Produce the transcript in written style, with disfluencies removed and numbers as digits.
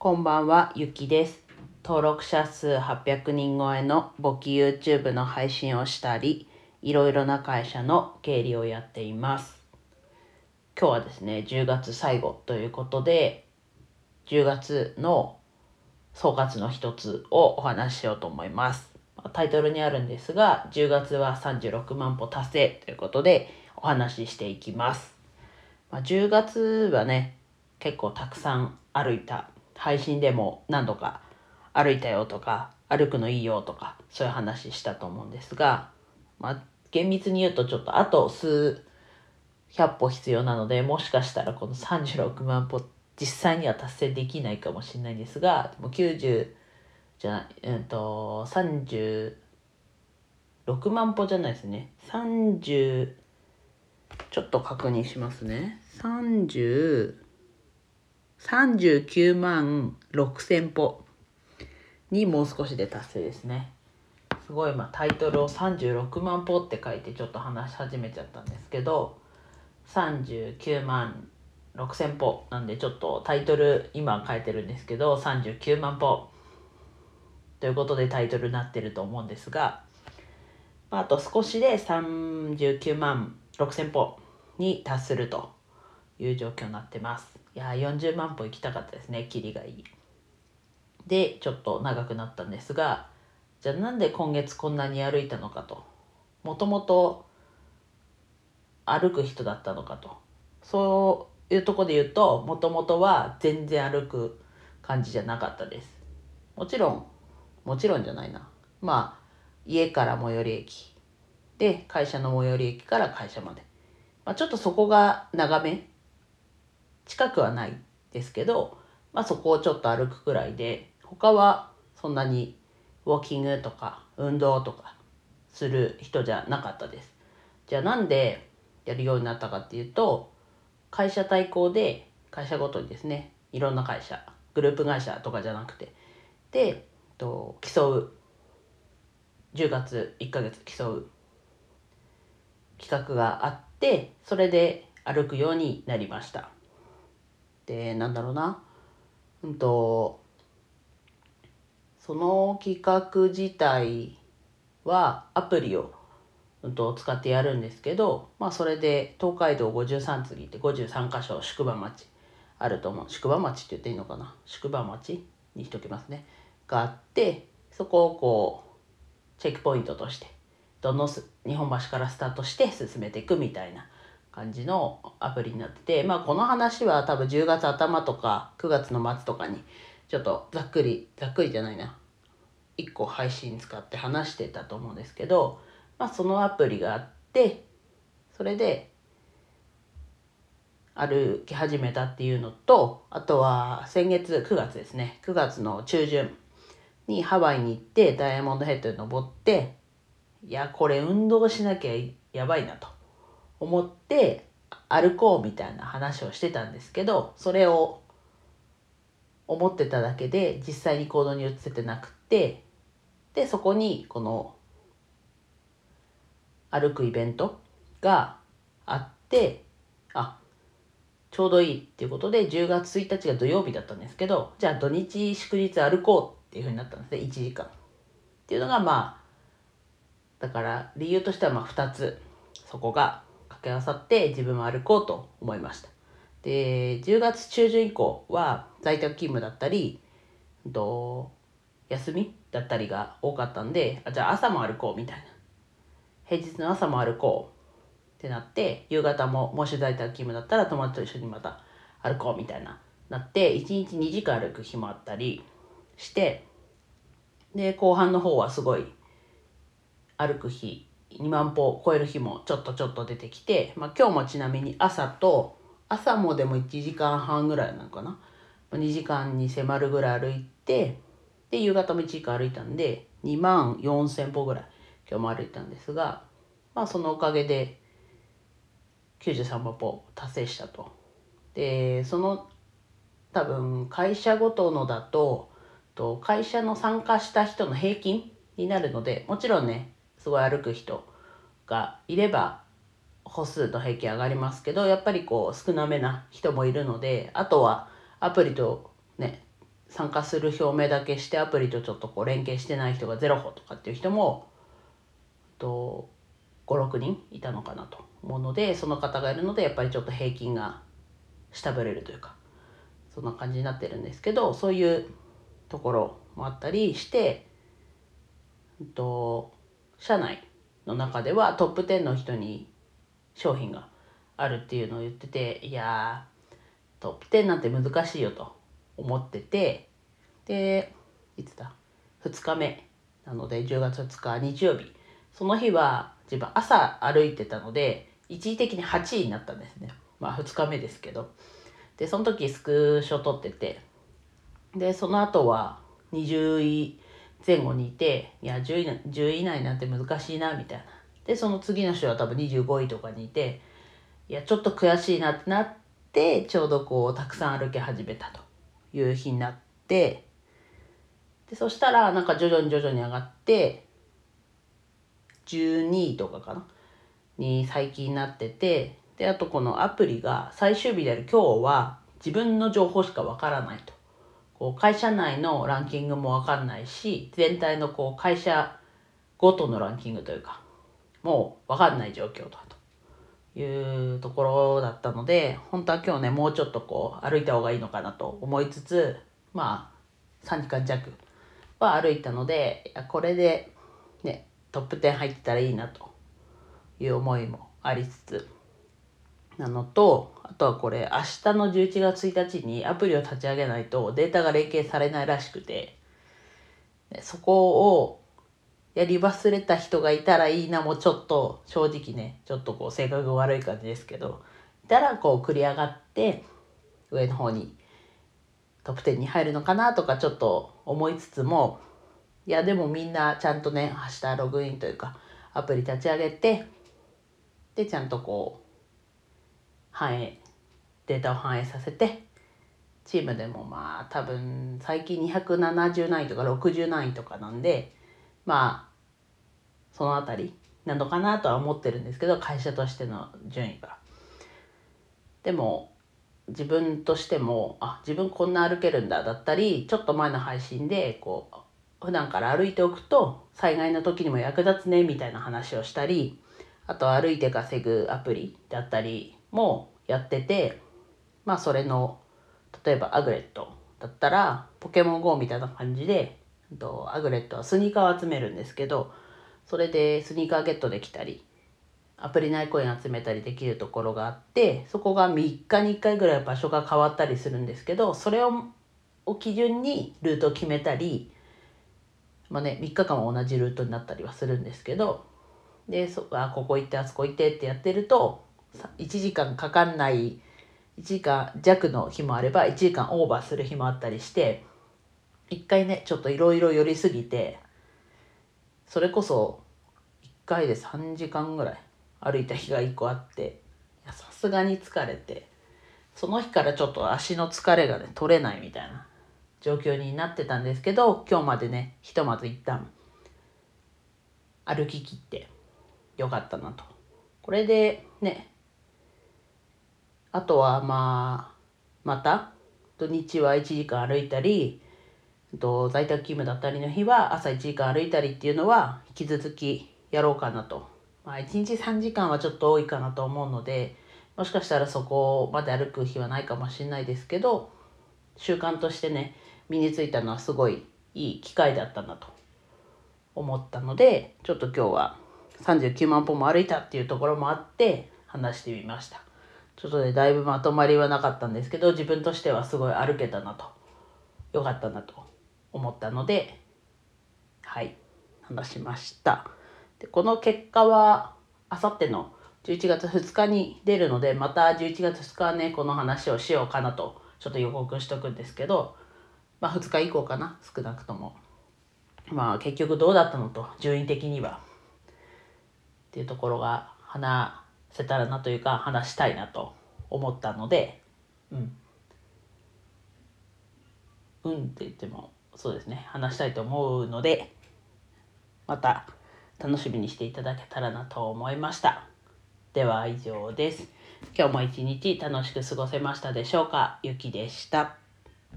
こんばんは、ゆきです。登録者数800人超えの簿記 YouTube の配信をしたり、いろいろな会社の経理をやっています。今日はですね、10月最後ということで、10月の総括の一つをお話ししようと思います。タイトルにあるんですが、10月は36万歩達成ということでお話ししていきます。10月はね、結構たくさん歩いた。配信でも何度か歩いたよとか、歩くのいいよとか、そういう話したと思うんですが、厳密に言うとちょっとあと数百歩必要なので、もしかしたらこの36万歩実際には達成できないかもしれないんですが、でも90じゃない、36万歩じゃないですね。30、ちょっと確認しますね。39万6千歩にもう少しで達成ですね。すごいタイトルを36万歩って書いてちょっと話し始めちゃったんですけど、39万6千歩なんでちょっとタイトル今書いてるんですけど、39万歩ということでタイトルになってると思うんですが、あと少しで39万6千歩に達するという状況になってます。いや40万歩行きたかったですね。キリがいい。でちょっと長くなったんですが、じゃあなんで今月こんなに歩いたのかと、もともと歩く人だったのかと、そういうとこで言うと、もともとは全然歩く感じじゃなかったです。もちろんじゃないな、家から最寄り駅で会社の最寄り駅から会社まで、ちょっとそこが長め、近くはないですけど、そこをちょっと歩くくらいで、他はそんなにウォーキングとか運動とかする人じゃなかったです。じゃあなんでやるようになったかっていうと、会社対抗で会社ごとにですね、いろんな会社、グループ会社とかじゃなくて、で、競う、10月1ヶ月競う企画があって、それで歩くようになりました。で、その企画自体はアプリを、使ってやるんですけど、それで東海道53次って53箇所宿場町あると思う。宿場町って言っていいのかな、宿場町にしときますね、があって、そこをこうチェックポイントとしてどの日本橋からスタートして進めていくみたいな感じのアプリになってて、この話は多分10月頭とか9月の末とかにちょっとざっくりじゃないな、1個配信使って話してたと思うんですけど、そのアプリがあって、それで歩き始めたっていうのと、あとは先月9月ですね、9月の中旬にハワイに行ってダイヤモンドヘッドに登って、いやこれ運動しなきゃやばいなと思って歩こうみたいな話をしてたんですけど、それを思ってただけで実際に行動に移せてなくて、でそこにこの歩くイベントがあって、ちょうどいいっていうことで10月1日が土曜日だったんですけど、じゃあ土日祝日歩こうっていうふうになったんですね。1時間っていうのがだから理由としては2つそこが掛け合わさって自分も歩こうと思いました。で10月中旬以降は在宅勤務だったり休みだったりが多かったんで、じゃあ朝も歩こうみたいな、平日の朝も歩こうってなって、夕方ももし在宅勤務だったら友達と一緒にまた歩こうみたいなって1日2時間歩く日もあったりして、で後半の方はすごい歩く日2万歩を超える日もちょっと出てきて、今日もちなみに朝もでも1時間半ぐらいなのかな、2時間に迫るぐらい歩いて、で夕方も1時間歩いたんで2万4千歩ぐらい今日も歩いたんですが、そのおかげで93万歩達成したと。でその多分会社ごとのだと会社の参加した人の平均になるので、もちろんねすごい歩く人がいれば歩数と平均上がりますけど、やっぱり少なめな人もいるので、あとはアプリとね参加する表明だけしてアプリとちょっとこう連携してない人が0歩とかっていう人も5、6人いたのかなと思うので、その方がいるのでやっぱりちょっと平均が下振れるというか、そんな感じになってるんですけど、そういうところもあったりして、社内の中ではトップ10の人に商品があるっていうのを言ってて、いやートップ10なんて難しいよと思ってて、でいつだ2日目なので10月2日日曜日、その日は自分朝歩いてたので一時的に8位になったんですね。2日目ですけど、でその時スクショ撮ってて、でその後は20位前後にいて、いや10位以内なんて難しいなみたいな。でその次の週は多分25位とかにいて、いやちょっと悔しいなってなって、ちょうどこうたくさん歩き始めたという日になって、でそしたらなんか徐々に上がって12位とかかなに最近なってて、であとこのアプリが最終日である今日は自分の情報しかわからないと、こう会社内のランキングもわかんないし、全体のこう会社ごとのランキングというかもうわかんない状況だというところだったので、本当は今日ねもうちょっとこう歩いた方がいいのかなと思いつつ、3時間弱は歩いたので、これでねトップ10入ってたらいいなという思いもありつつなのと、あとはこれ明日の11月1日にアプリを立ち上げないとデータが連携されないらしくて、そこをやり忘れた人がいたらいいなもちょっと正直ね、ちょっとこう性格が悪い感じですけど、いたらこう繰り上がって上の方にトップ10に入るのかなとかちょっと思いつつも、いやでもみんなちゃんとね明日ログインというかアプリ立ち上げて、でちゃんとこうデータを反映させて、チームでも多分最近270何位とか60何位とかなんで、そのあたりなのかなとは思ってるんですけど、会社としての順位が。でも自分としても自分こんな歩けるんだだったり、ちょっと前の配信でこう普段から歩いておくと災害の時にも役立つねみたいな話をしたり、あと歩いて稼ぐアプリだったりもやってて、それの例えばアグレットだったらポケモン GO みたいな感じで、アグレットはスニーカーを集めるんですけど、それでスニーカーゲットできたりアプリ内コイン集めたりできるところがあって、そこが3日に1回ぐらい場所が変わったりするんですけど、それを基準にルートを決めたり、3日間は同じルートになったりはするんですけど、でここ行ってあそこ行ってってやってると1時間かかんない1時間弱の日もあれば1時間オーバーする日もあったりして、1回ねちょっといろいろ寄りすぎて、それこそ1回で3時間ぐらい歩いた日が1個あって、さすがに疲れて、その日からちょっと足の疲れがね取れないみたいな状況になってたんですけど、今日までねひとまず一旦歩き切ってよかったなと。これでね、あとはまた土日は1時間歩いたり、在宅勤務だったりの日は朝1時間歩いたりっていうのは引き続きやろうかなと。1日3時間はちょっと多いかなと思うので、もしかしたらそこまで歩く日はないかもしれないですけど、習慣としてね身についたのはすごいいい機会だったなと思ったので、ちょっと今日は39万歩も歩いたっていうところもあって話してみました。ちょっとねだいぶまとまりはなかったんですけど、自分としてはすごい歩けたなと、よかったなと思ったので話しました。でこの結果はあさっての11月2日に出るので、また11月2日はねこの話をしようかなとちょっと予告しとくんですけど、2日以降かな、少なくとも結局どうだったのと、順位的にはっていうところが話せたらなというか話したいなと思ったので、って言ってもそうですね、話したいと思うので、また楽しみにしていただけたらなと思いました。では以上です。今日も一日楽しく過ごせましたでしょうか。ゆきでした。